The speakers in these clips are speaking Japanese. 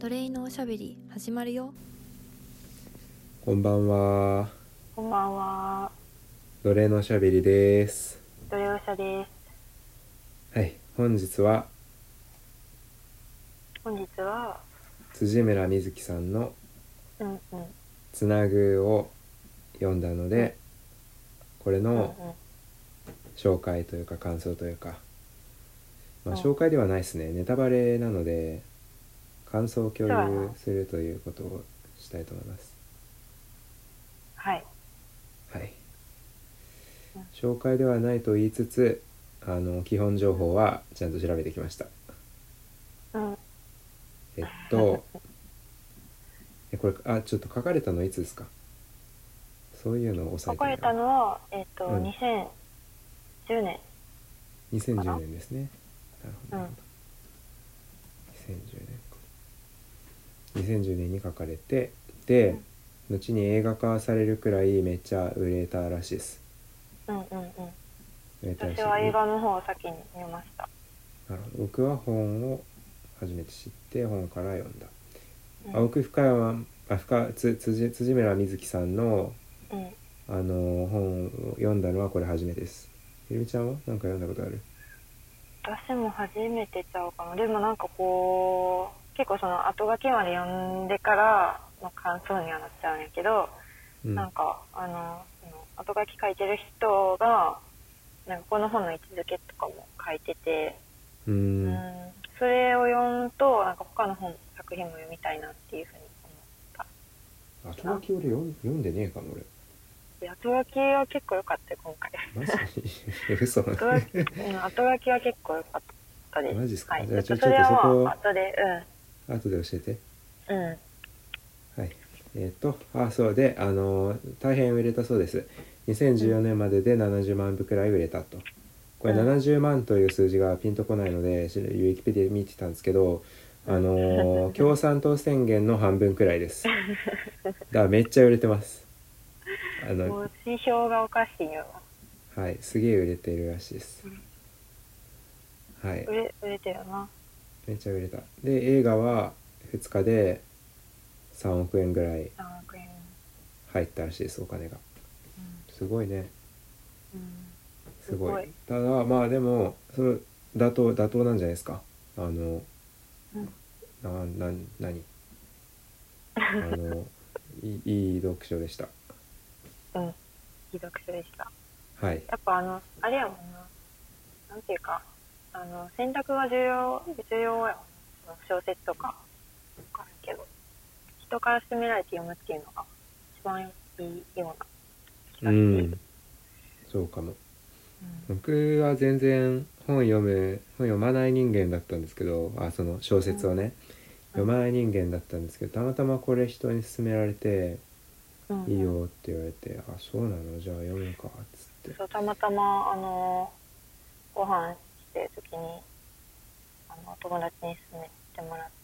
奴隷のおしゃべり始まるよ。 こんばんは。 こんばんは。 奴隷のおしゃべりです。 ドレオシャです。 はい、本日は辻村瑞希さんのつなぐを読んだので、これの紹介というか感想というか、紹介ではないですね。ネタバレなので感想を共有するということをしたいと思います。 はい。 はい。紹介ではないと言いつつ、基本情報はちゃんと調べてきました。これちょっと書かれたのいつですか？そういうのを押さえて。 書かれたのは2010年。 2010年ですね。なるほど。2010年に書かれて、で、後に映画化されるくらいめっちゃ売れたらしいです。 私は映画の方を先に見ました。 なるほど。僕は本を初めて知って本から読んだ。僕辻村瑞希さんの、本を読んだのはこれ初めてです。ゆみちゃんは何か読んだことある？ 私も初めてちゃうかな。でもなんかこう結構その後書きまで読んでからの感想にはなっちゃうんやけど、なんか後書き書いてる人がなんかこの本の位置づけとかも書いてて、それを読むとなんか他の作品も読みたいなっていうふうに思った。 後書き俺読んでねえかも。 後書きは結構良かったよ今回。 マジ？嘘。 後書きは結構良かったです。 マジですか？ はい、 じゃあちょっとそれはそこ後で教えて。はい。そうで、大変売れたそうです。2014年までで70万部くらい売れたと。これ70万という数字がピンとこないので、ウィキペディア見てたんですけど、共産党宣言の半分くらいです。だからめっちゃ売れてます。 もう指標がおかしいよ。 はい、すげえ売れてるらしいです。はい。 売れてるな。 めっちゃ売れた。で、映画は2日で3億円ぐらい入ったらしいです、お金が。すごいね。すごい。ただまあでもそれ妥当なんじゃないですか。いい読書でした。 いい読書でした。 はい。 やっぱあれやもんな。なんていうか選択が重要やもん。小説とか分かるけど、人から勧められて読むっていうのが一番いいような気がしている。 そうかも。僕は全然本読まない人間だったんですけど、その小説をね、読まない人間だったんですけど、たまたまこれ人に勧められて、いいよって言われて、そうなの、じゃあ読むかっつって。 そう、たまたまご飯してる時に友達に勧めてもらって、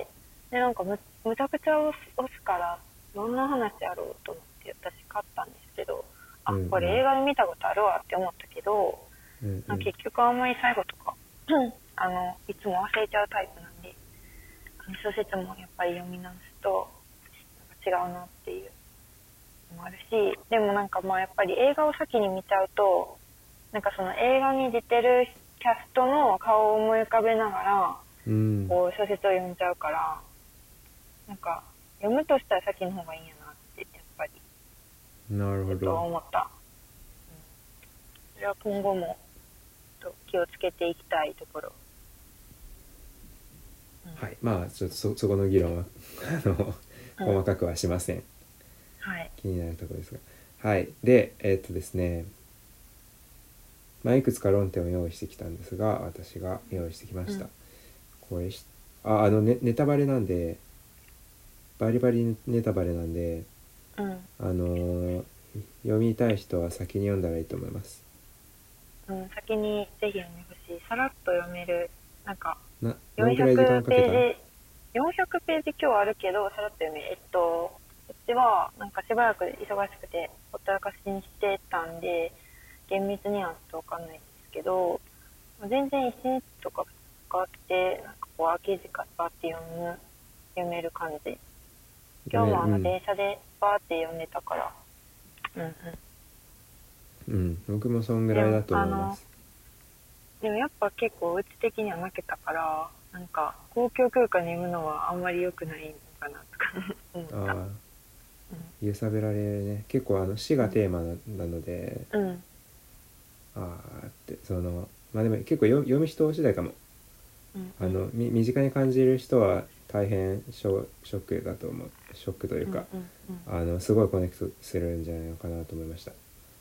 でなんかむちゃくちゃ押すからどんな話やろうと思って私買ったんですけど、これ映画で見たことあるわって思ったけど、結局あんまり最後とかいつも忘れちゃうタイプなんで、小説もやっぱり読み直すとなんか違うなっていうのもあるし、でもなんかやっぱり映画を先に見ちゃうと、なんかその映画に出てるキャストの顔を思い浮かべながら、こう小説を読んじゃうから、なんか読むとしたら先の方がいいんやなってやっぱりちょっと思った。それは今後も気をつけていきたいところ。 はい、まあちょっとそこの議論は細かくはしません。気になるところですが、はい。でですね、いくつか論点を用意してきたんですが、私が用意してきました。これネタバレなんで、バリバリネタバレなんで、読みたい人は先に読んだらいいと思います。 先にぜひ読んでほしい。さらっと読める、なんか 400 ページ今日あるけどさらっと読める。こっちはなんかしばらく忙しくてほったらかしにしてたんで厳密にはちょっと分かんないんですけど、全然1日とかかかってなんかこう空き時間バって読む読める感じ。今日も電車でバーって読んでたから。 僕もそんぐらいだと思います。 でもやっぱ結構うち的には負けたから、なんか公共空間に読むのはあんまり良くないのかなとか思った。 揺さぶられるね。結構死がテーマなので、ってまあでも結構読む人次第かも。身近に感じる人は大変ショックだと思う。ショックというか、すごいコネクトするんじゃないのかなと思いました。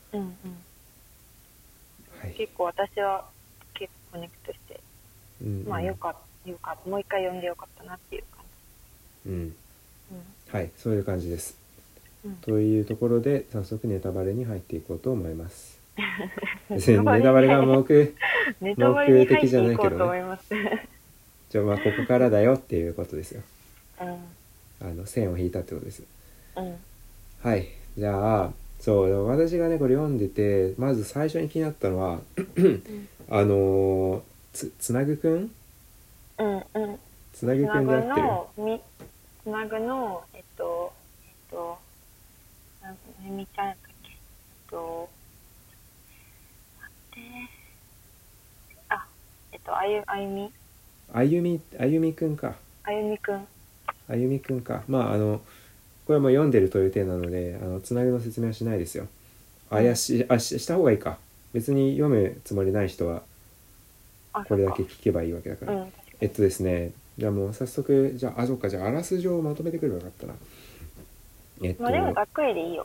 結構私は結構コネクトして、まあよかったもう一回読んでよかったなっていう感じ。 はい、そういう感じです。というところで早速ネタバレに入っていこうと思います。別にネタバレが目的じゃないけどね。まあここからだよっていうことですよ。線を引いたってことです。はい、じゃあそう私がねこれ読んでてまず最初に気になったのはつなぐくんつなぐくんで合ってる？ つなぐのみちゃんやったっけ？あゆみくんか。あゆみくんか。まあこれはもう読んでるという点なのでつなぐの説明はしないですよ。した方がいいか。別に読むつもりない人はこれだけ聞けばいいわけだから。ですね、じゃあもう早速じゃああらすじをまとめてくればよかったな。 まあでもざっくりでいいよ。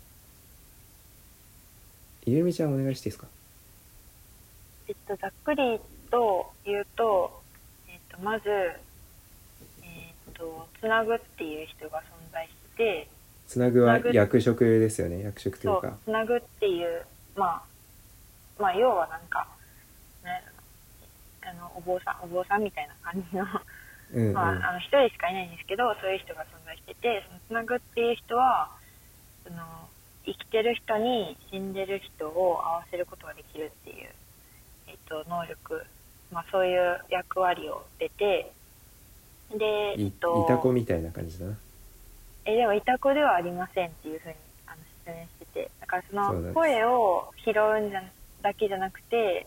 ゆみちゃんお願いしていいですか？ ざっくりと言うと、まずつなぐっていう人が存在して、 つなぐは役職ですよね。役職というか。 つなぐっていうまあ要はなんか、ね、お坊さんみたいな感じの一人しかいないんですけど、そういう人が存在してて、そのつなぐっていう人は生きてる人に死んでる人を合わせることができるっていう、能力、そういう役割を出て、でいたこみたいな感じだな。 でもいたこではありませんっていうふうに説明してて、だからその声を拾うんだけじゃなくて、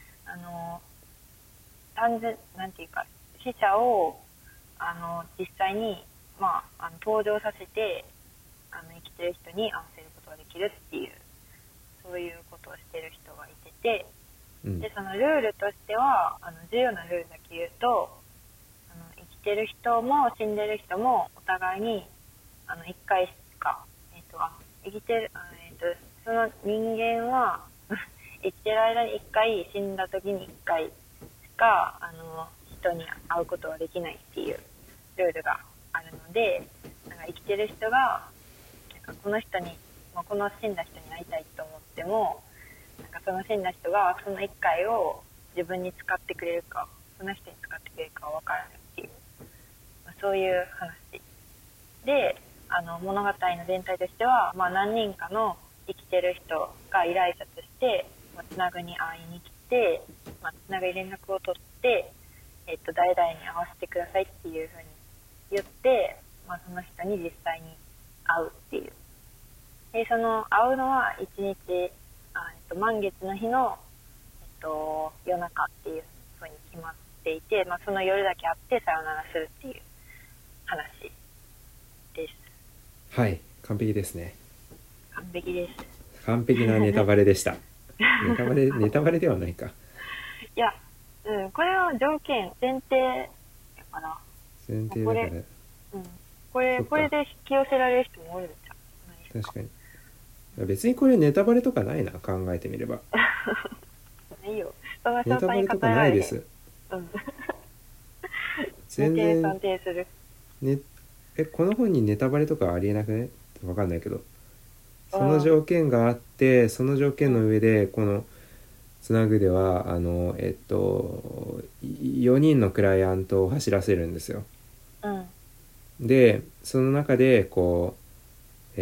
単純なんていうか死者を実際に登場させて生きてる人に合わせることができるっていう、そういうことをしてる人がいてて、でそのルールとしては重要なルールだけ言うと、生きてる人も死んでる人もお互いに1回しか、生きてる、その人間は生きてる間に1回、死んだ時に1回しか人に会うことはできないっていうルールがあるので、なんか生きてる人がなんかこの人に、この死んだ人に会いたいと思っても、なんかその死んだ人がその1回を自分に使ってくれるか、その人に使ってくれるかは分からないっていう、そういう話で、物語の全体としては、何人かの生きてる人が依頼者として、つなぐに会いに来て、つなぐに連絡を取って、誰々に会わせてくださいっていうふうに言って、その人に実際に会うっていう。でその会うのは1日満月の日の、夜中っていうふうに決まっていて、その夜だけ会ってさよならするっていう話です。 はい、完璧ですね。 完璧です。 完璧なネタバレでした。ネタバレではないか。いや、これは条件前提やから。 前提だから。 これで引き寄せられる人もおるじゃん。 確かに。別にこれネタバレとかないな、考えてみれば。 ないよ。 ネタバレとかないです。全然。この本にネタバレとかありえなくね？わかんないけど。その条件があって、その条件の上でこのつなぐでは4人のクライアントを走らせるんですよ。でその中でこう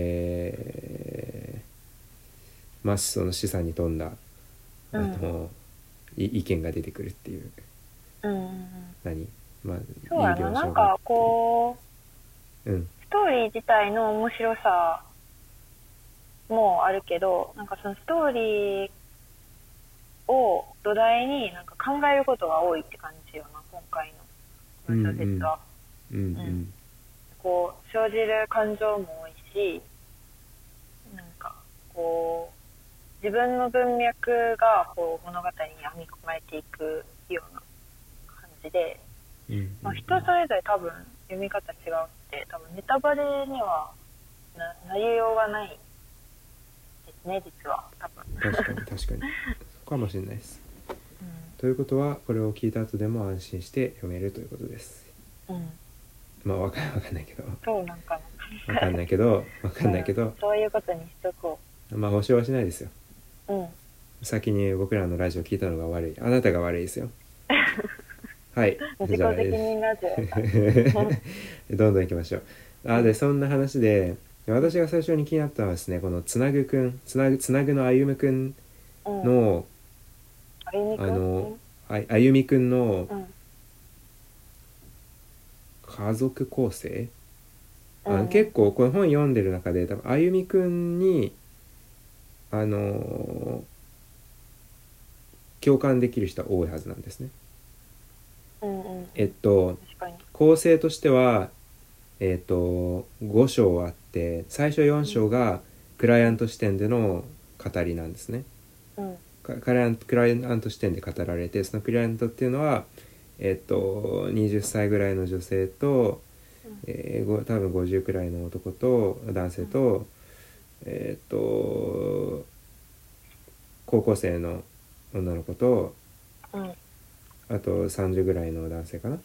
その示唆に富んだ意見が出てくるっていう、 まあそうやな、なんかこう、ストーリー自体の面白さもあるけど、なんかそのストーリーを土台になんか考えることが多いって感じよな、今回のこの小説は。こう生じる感情も多いし、なんかこう自分の文脈がこう物語に編み込まれていくような感じで、まあ、人それぞれ多分読み方違うって多分ネタバレにはなりようがないですね、実は多分。 確かにそうかもしれないです、ということはこれを聞いた後でも安心して読めるということです、まあわかんないけど、 そうなんかな、 わかんないけどそういうことにしとこう。まあ保証はしないですよ。先に僕らのラジオ聞いたのが悪い、あなたが悪いですよ。はい、 自己責任ラジオどんどん行きましょう。でそんな話で私が最初に気になったのはですね、このつなぐの歩夢くんの、歩夢くんの家族構成、結構この本読んでる中で多分歩夢くんに共感できる人は多いはずなんですね。構成としては5章あって、最初4章がクライアント視点での語りなんですね。クライアント視点で語られて、そのクライアントっていうのは20歳ぐらいの女性と、多分50くらいの男と男性と、高校生の女の子と、あと30ぐらいの男性かな。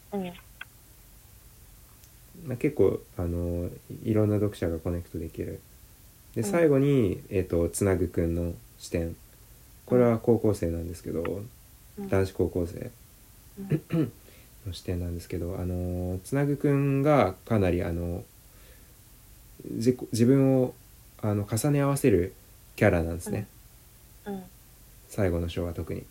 結構いろんな読者がコネクトできる。で最後に、つなぐくんの視点、これは高校生なんですけど、男子高校生の視点なんですけど、つなぐくんがかなり自分を重ね合わせるキャラなんですね、最後の章は特に、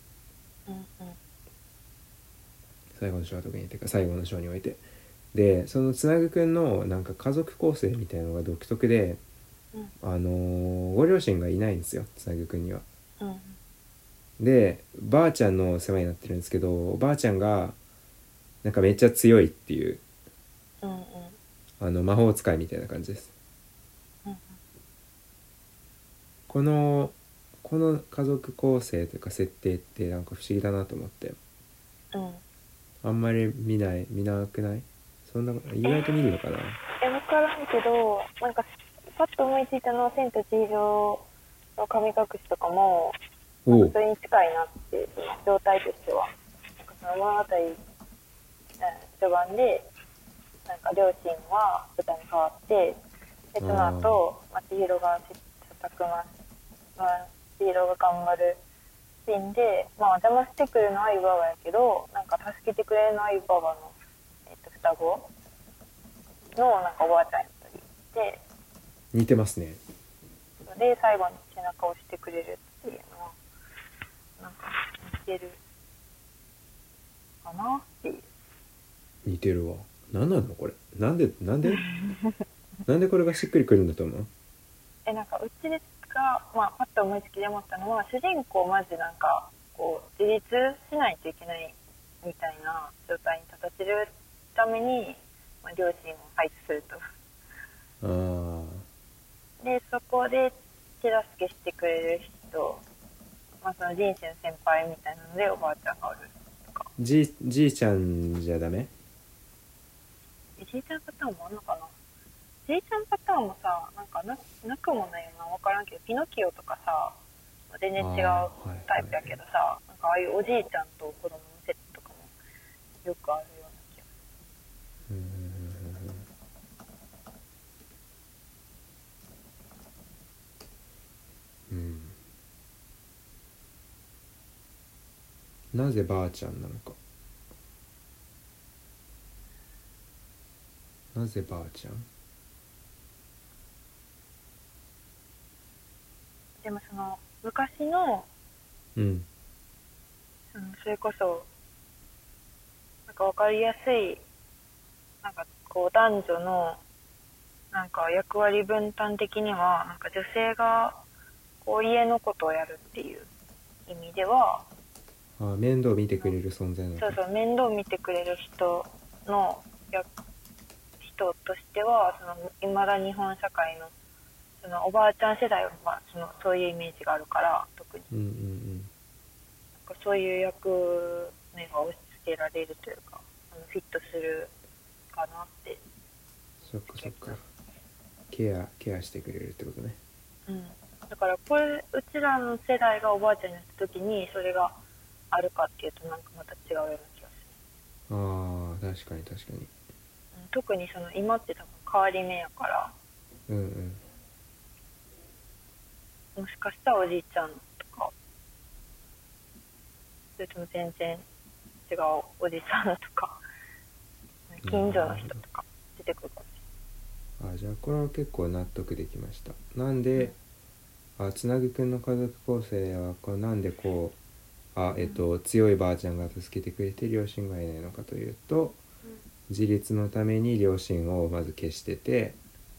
最後の章は特にっていうか最後の章において。でそのつなぐくんのなんか家族構成みたいなのが独特で、ご両親がいないんですよ、つなぐくんには。でばあちゃんの世話になってるんですけど、おばあちゃんがなんかめっちゃ強いっていう、魔法使いみたいな感じです。この家族構成というか設定ってなんか不思議だなと思って、あんまり見なくない？そんな意外と見るのかな。 分からんけど、なんかパッと思いついたのは千と千尋の神隠しとかもなんかそれに近いなっていう状態としては、なんかその物語序盤でなんか両親は舞台に変わって、でその後、千尋が千尋が頑張るシーンで、邪魔してくるのは湯婆婆やけど、なんか助けてくれるのは湯婆婆の、双子のなんかおばあちゃんやったりで、 似てますね。 で最後に背中を押してくれるっていうのはなんか似てるかなっていう。 似てるわ。何なのこれ、なんでなんでこれがしっくりくるんだと思う？ なんかうちがパッと思いつきで思ったのは、主人公まずなんかこう自立しないといけないみたいな状態に立たせるために、両親を配置すると。でそこで手助けしてくれる人、その人生の先輩みたいなのでおばあちゃんがおるとか。 じいちゃんじゃダメ？ じいちゃんパターンもあるのかな。じいちゃんパターンもさ、なんかなくもないよな、分からんけど、ピノキオとかさ全然違うタイプやけどさ、なんかああいうおじいちゃんと子供のセットとかもよくあるような気がする。 なぜばあちゃんなのか。なぜばあちゃん？ でもその昔の、それこそか分かりやすいなんかこう男女のなんか役割分担的にはなんか女性がこう家のことをやるっていう意味では、 面倒見てくれる存在なのか。 そうそう、面倒見てくれる人の人としてはその未だ日本社会のそのおばあちゃん世代はそういうイメージがあるから特に、 うんうんうん。 なんかそういう役目が押し付けられるというかフィットするかなって。 そっかそっか。ケアしてくれるってことね。 うん。だからこれうちらの世代がおばあちゃんになった時にそれがあるかっていうとなんかまた違うような気がすああ、確かに確かに。 る。特にその今って多分変わり目やから、 うんうん。 もしかしたらおじいちゃんとか、それとも全然違うおじさんとか、近所の人とか出てくるかもしれない。 じゃあこれは結構納得できました。なんで、つなぐくんの家族構成はなんでこう強いばあちゃんが助けてくれて両親がいないのかというと、自立のために両親をまず消してて、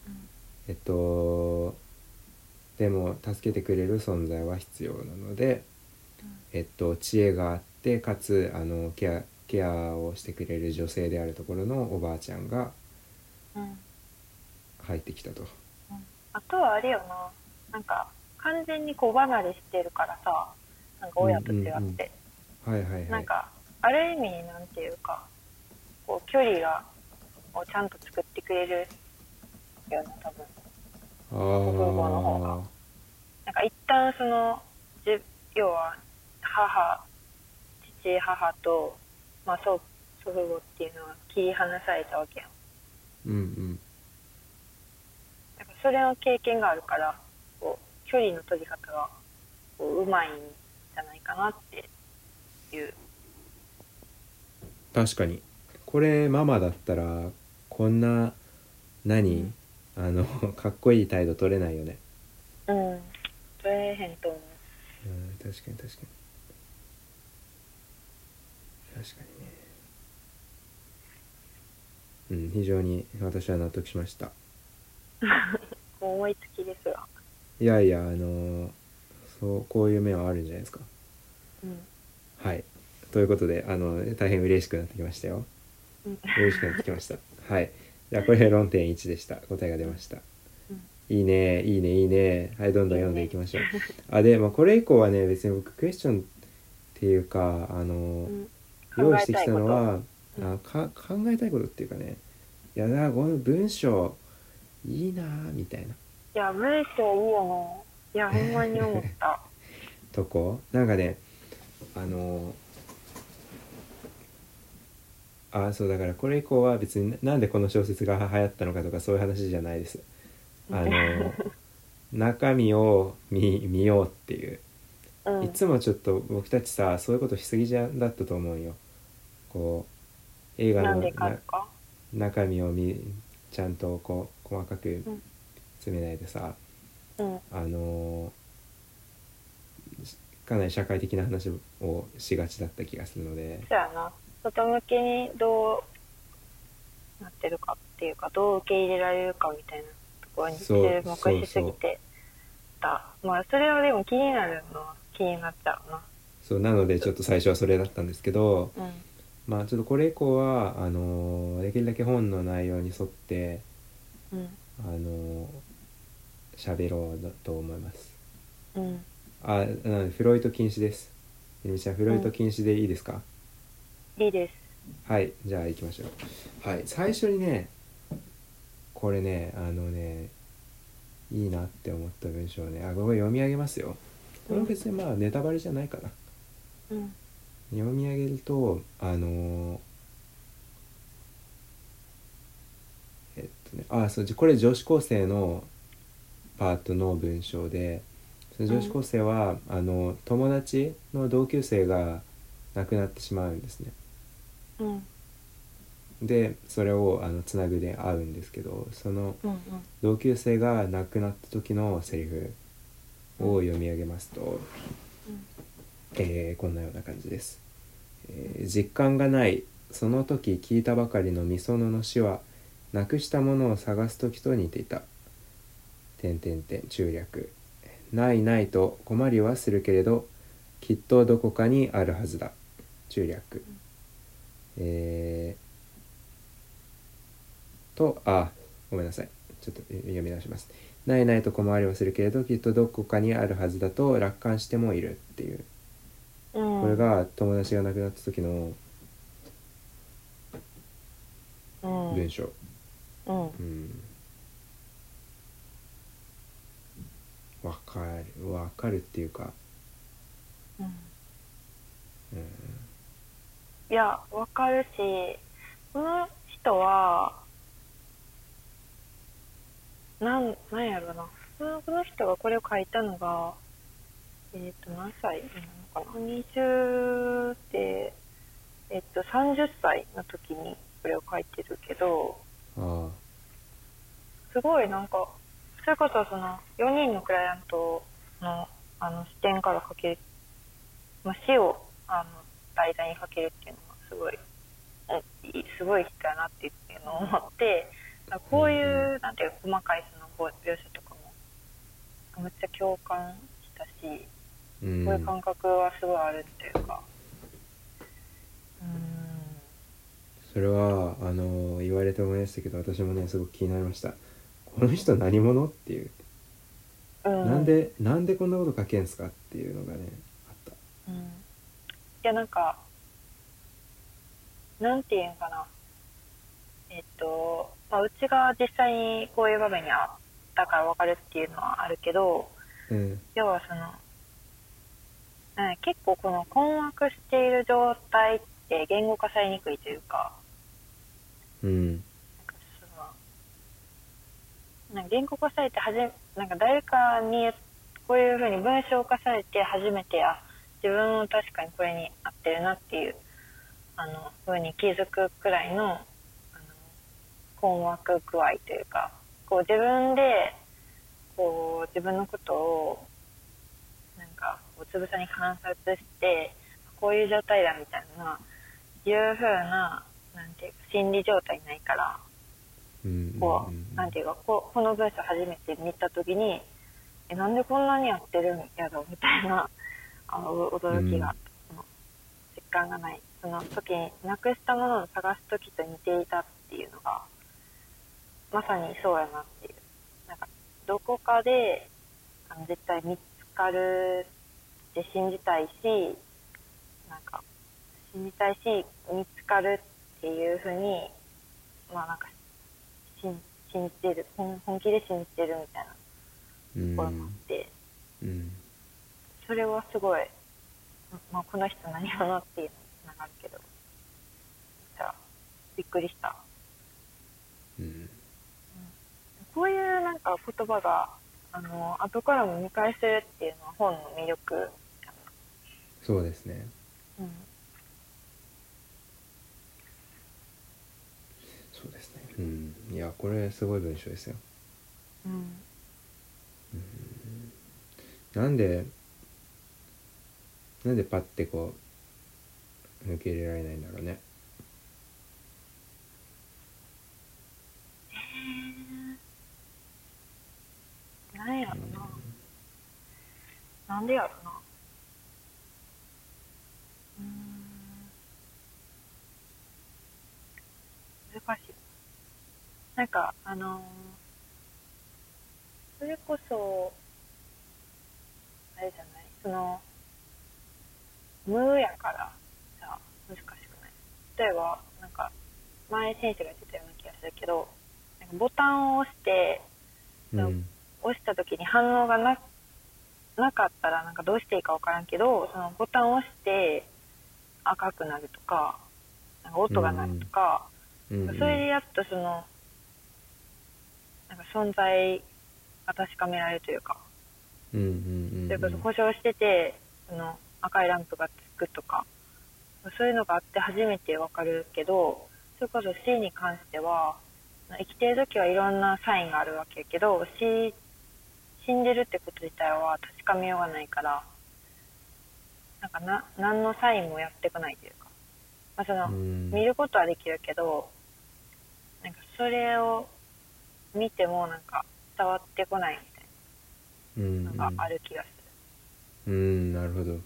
でも助けてくれる存在は必要なので、知恵があってかつケアをしてくれる女性であるところのおばあちゃんが入ってきたと。 あとはあれよな、なんか完全に子離れしてるからさ、なんか親と違って、 はいはいはい、 なんかある意味なんていうかこう距離をちゃんと作ってくれるような多分ご父母の方がなんか一旦その要は父母と、まあ、祖父母っていうのは切り離されたわけやん。 うんうん。 なんかそれの経験があるからこう距離の取り方がうまいんじゃないかなっていう。 確かにこれママだったらこんなかっこいい態度取れないよね。 取れへんと思う。 確かに確かにね。非常に私は納得しました。 思いつきですわ。 いやいやそうこういう面はあるんじゃないですか。はい、ということで大変嬉しくなってきましたよ。嬉しくなってきました。はい、じゃあこれ論点1でした。答えが出ました。いいねいいねいいね。はい、どんどん読んでいきましょう。で、これ以降はね別に僕クエスチョンっていうか用意してきたのは考えたいことっていうかね、いやだこの文章いいなみたいな。いや文章いいよね。いやほんまに思ったとこなんかねそうだからこれ以降は別になんでこの小説が流行ったのかとかそういう話じゃないです。中身を見ようっていう、いつもちょっと僕たちさそういうことしすぎだったと思うよ。こう映画の中身をちゃんとこう細かく詰めないでさ、かなり社会的な話をしがちだった気がするので。 そうやな、外向けにどうなってるかっていうかどう受け入れられるかみたいなところに注目しすぎてた。まあそれはでも気になるのは気になっちゃうな。 そうなのでちょっと最初はそれだったんですけど、ちょっとこれ以降はできるだけ本の内容に沿って喋ろうと思います。なのでフロイト禁止です。ゆみちゃんフロイト禁止でいいですか？ いいです。 はい、じゃあ行きましょう。はい、最初にねこれねいいなって思った文章をねこれ読み上げますよ。これは別にネタバレじゃないかな。読み上げるとそうこれ女子高生のパートの文章で、その女子高生は、友達の同級生が亡くなってしまうんですね。でそれをつなぐで会うんですけど、その同級生が亡くなった時のセリフを読み上げますと、こんなような感じです。実感がないその時聞いたばかりのみそのの詩はなくしたものを探す時と似ていた。中略。ないないと困りはするけれどきっとどこかにあるはずだ。中略。ごめんなさい。ちょっと読み直します。ないないと困りはするけれどきっとどこかにあるはずだと楽観してもいるっていう。これが友達が亡くなった時の文章。わかるっていうか、 いやわかるし、この人はなんやろな、この人がこれを書いたのが何歳なのかな、20で30歳の時にこれを書いてるけど、すごいなんかそれこそその4人のクライアントの視点から書ける、死を題材に書けるっていうのがすごい人やなっていうのを思って、こういうなんていう細かいその描写とかもめっちゃ共感したし、こういう感覚はすごいあるっていうか、 それは言われて思いましたけど、私もねすごく気になりました。この人何者っていう、なんでこんなこと書けんすかっていうのがねあった。 いやなんかなんていうんかな、うちが実際にこういう場面にあったから分かるっていうのはあるけど、要はその、結構この困惑している状態って言語化されにくいというか、なんか言語化されてなんか誰かにこういうふうに文章化されて初めて自分も確かにこれに合ってるなっていうふうに気づくくらいの困惑具合というか、こう自分でこう自分のことをなんかこうつぶさに観察してこういう状態だみたいないうふうな、なんていうか心理状態ないから、こうなんていうかこの文章初めて見た時になんでこんなにやってるんやろみたいな驚きがあった、実感がない、その時になくしたものを探す時と似ていたっていうのがまさにそうやなっていう、なんかどこかで絶対見つかるって信じたいし、なんか信じたいし見つかるっていうふうになんか信じてる、本気で信じてるみたいなところもあって、それはすごい、この人何者っていうのにつながるけど、じゃあびっくりした。こういうなんか言葉が後からも見返せるっていうのは本の魅力。 そうですね。そうですね。いやこれすごい文章ですよ。なんでパッてこう受け入れられないんだろうね。 なんやろな、なんでやろな。難しい。なんかそれこそあれじゃない、その無やからじゃ難しくない。例えばなんか前先生が言ってたような気がするけど、なんかボタンを押して、押した時に反応がなかったらなんかどうしていいか分からんけど、そのボタンを押して赤くなるとか、なんか音が鳴るとか、それでやっとそのなんか存在が確かめられるというか、それこそ故障しててその赤いランプがつくとか、そういうのがあって初めて分かるけど、それこそ死に関しては生きてる時はいろんなサインがあるわけやけど、死んでるってこと自体は確かめようがないから、なんか何のサインもやってこないというか、 まあ、見ることはできるけど、なんかそれを見てもなんか伝わってこないみたいなのがある気がする。なるほど。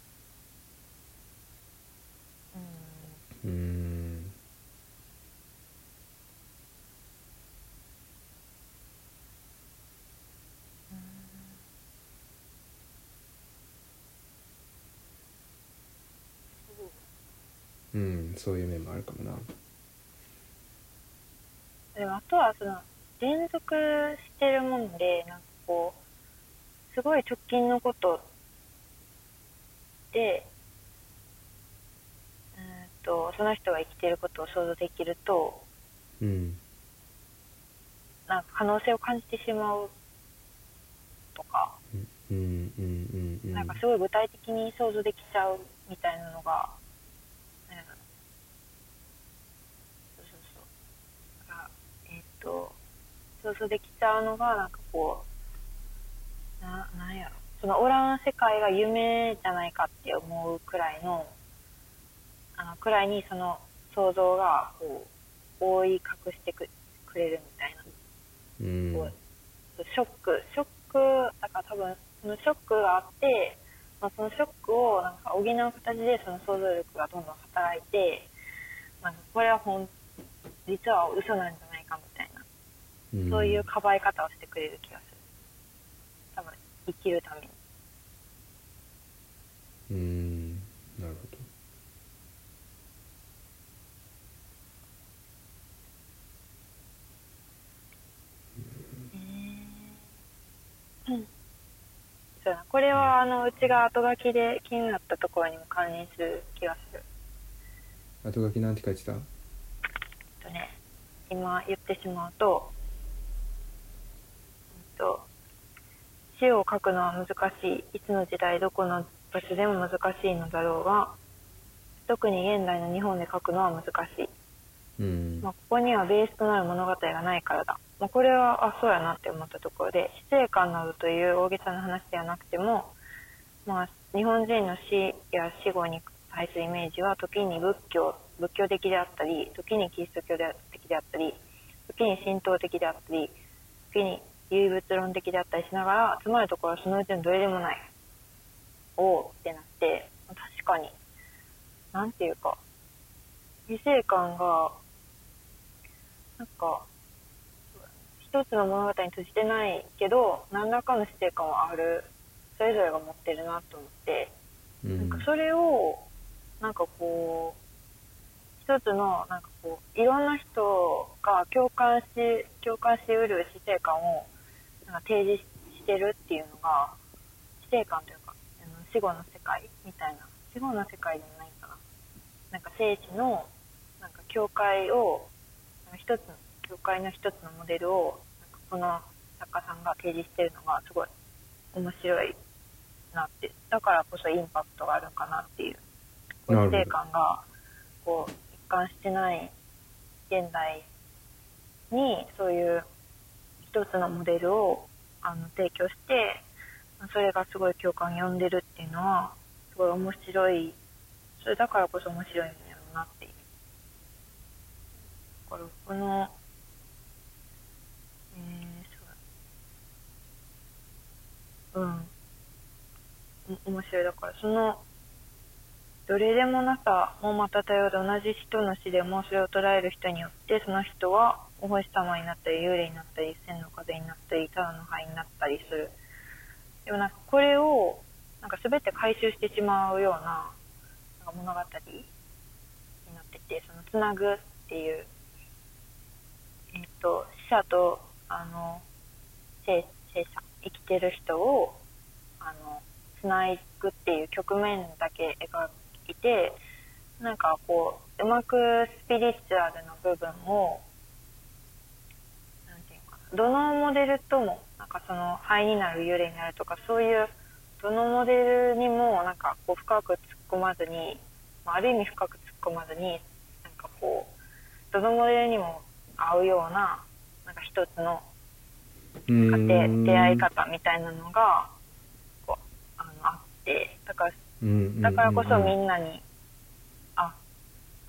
そういう面もあるかもな。 でもあとは連続してるもんで、なんかこうすごい直近のことで、その人が生きてることを想像できると、なんか可能性を感じてしまうとか、なんかすごい具体的に想像できちゃうみたいなのが、想像できちゃうのが、なんかこう、なんやろ、そのおらん世界が夢じゃないかって思うくらいの、くらいにその想像がこう覆い隠してくれるみたいな、こうショックだから多分そのショックがあって、まあ、そのショックをなんか補う形でその想像力がどんどん働いて、なんかこれは実は嘘なんじゃないかみたいな、そういうかばい方をしてくれる気がする。多分生きるために。 なるほど。 そうだ、これはうちが後書きで気になったところにも関連する気がする。 後書きなんて書いてた？ 今言ってしまうと、詩を書くのは難しい。いつの時代どこの場所でも難しいのだろうが、特に現代の日本で書くのは難しい。ここにはベースとなる物語がないからだ。これはそうやなって思ったところで、死生観などという大げさな話ではなくても、日本人の死や死後に対するイメージは時に仏教的であったり、時にキリスト教的であったり、時に神道的であったり、時に唯物論的であったりしながら、つまるところはそのうちのどれでもないってなって、確かになんていうか死生観がなんか一つの物語に閉じてないけど、何らかの死生観はある、それぞれが持ってるなと思って、なんかそれをなんかこう一つのなんかこういろんな人が共感しうる死生観をなんか提示してるっていうのが、死生観というか死後の世界みたいな、死後の世界じゃないかな、なんか生死のなんか境界を教会の一つのモデルをなんかこの作家さんが提示しているのがすごい面白いなって、だからこそインパクトがあるのかなっていう、死生観がこう一貫してない現代にそういう一つのモデルを提供して、それがすごい共感を呼んでるっていうのはすごい面白い、それだからこそ面白いんだろうなっていう。だからこの面白い。だからそのどれでもなさもまた多様で、同じ人の死でもそれを捉える人によってその人はお星様になったり幽霊になったり千の風になったりただの灰になったりする。でもなんかこれをなんか全て回収してしまうような、なんか物語になってて、そのつなぐっていう、死者と生きてる人をつないくっていう局面だけ描いて、なんかこううまくスピリチュアルな部分をなんていうかな、どのモデルともなんかその灰になる幽霊になるとか、そういうどのモデルにもなんかこう深く突っ込まずに、ある意味深く突っ込まずに、なんかこうどのモデルにも合うような、なんか一つのなんか出会い方みたいなのがこうあって、だからこそみんなに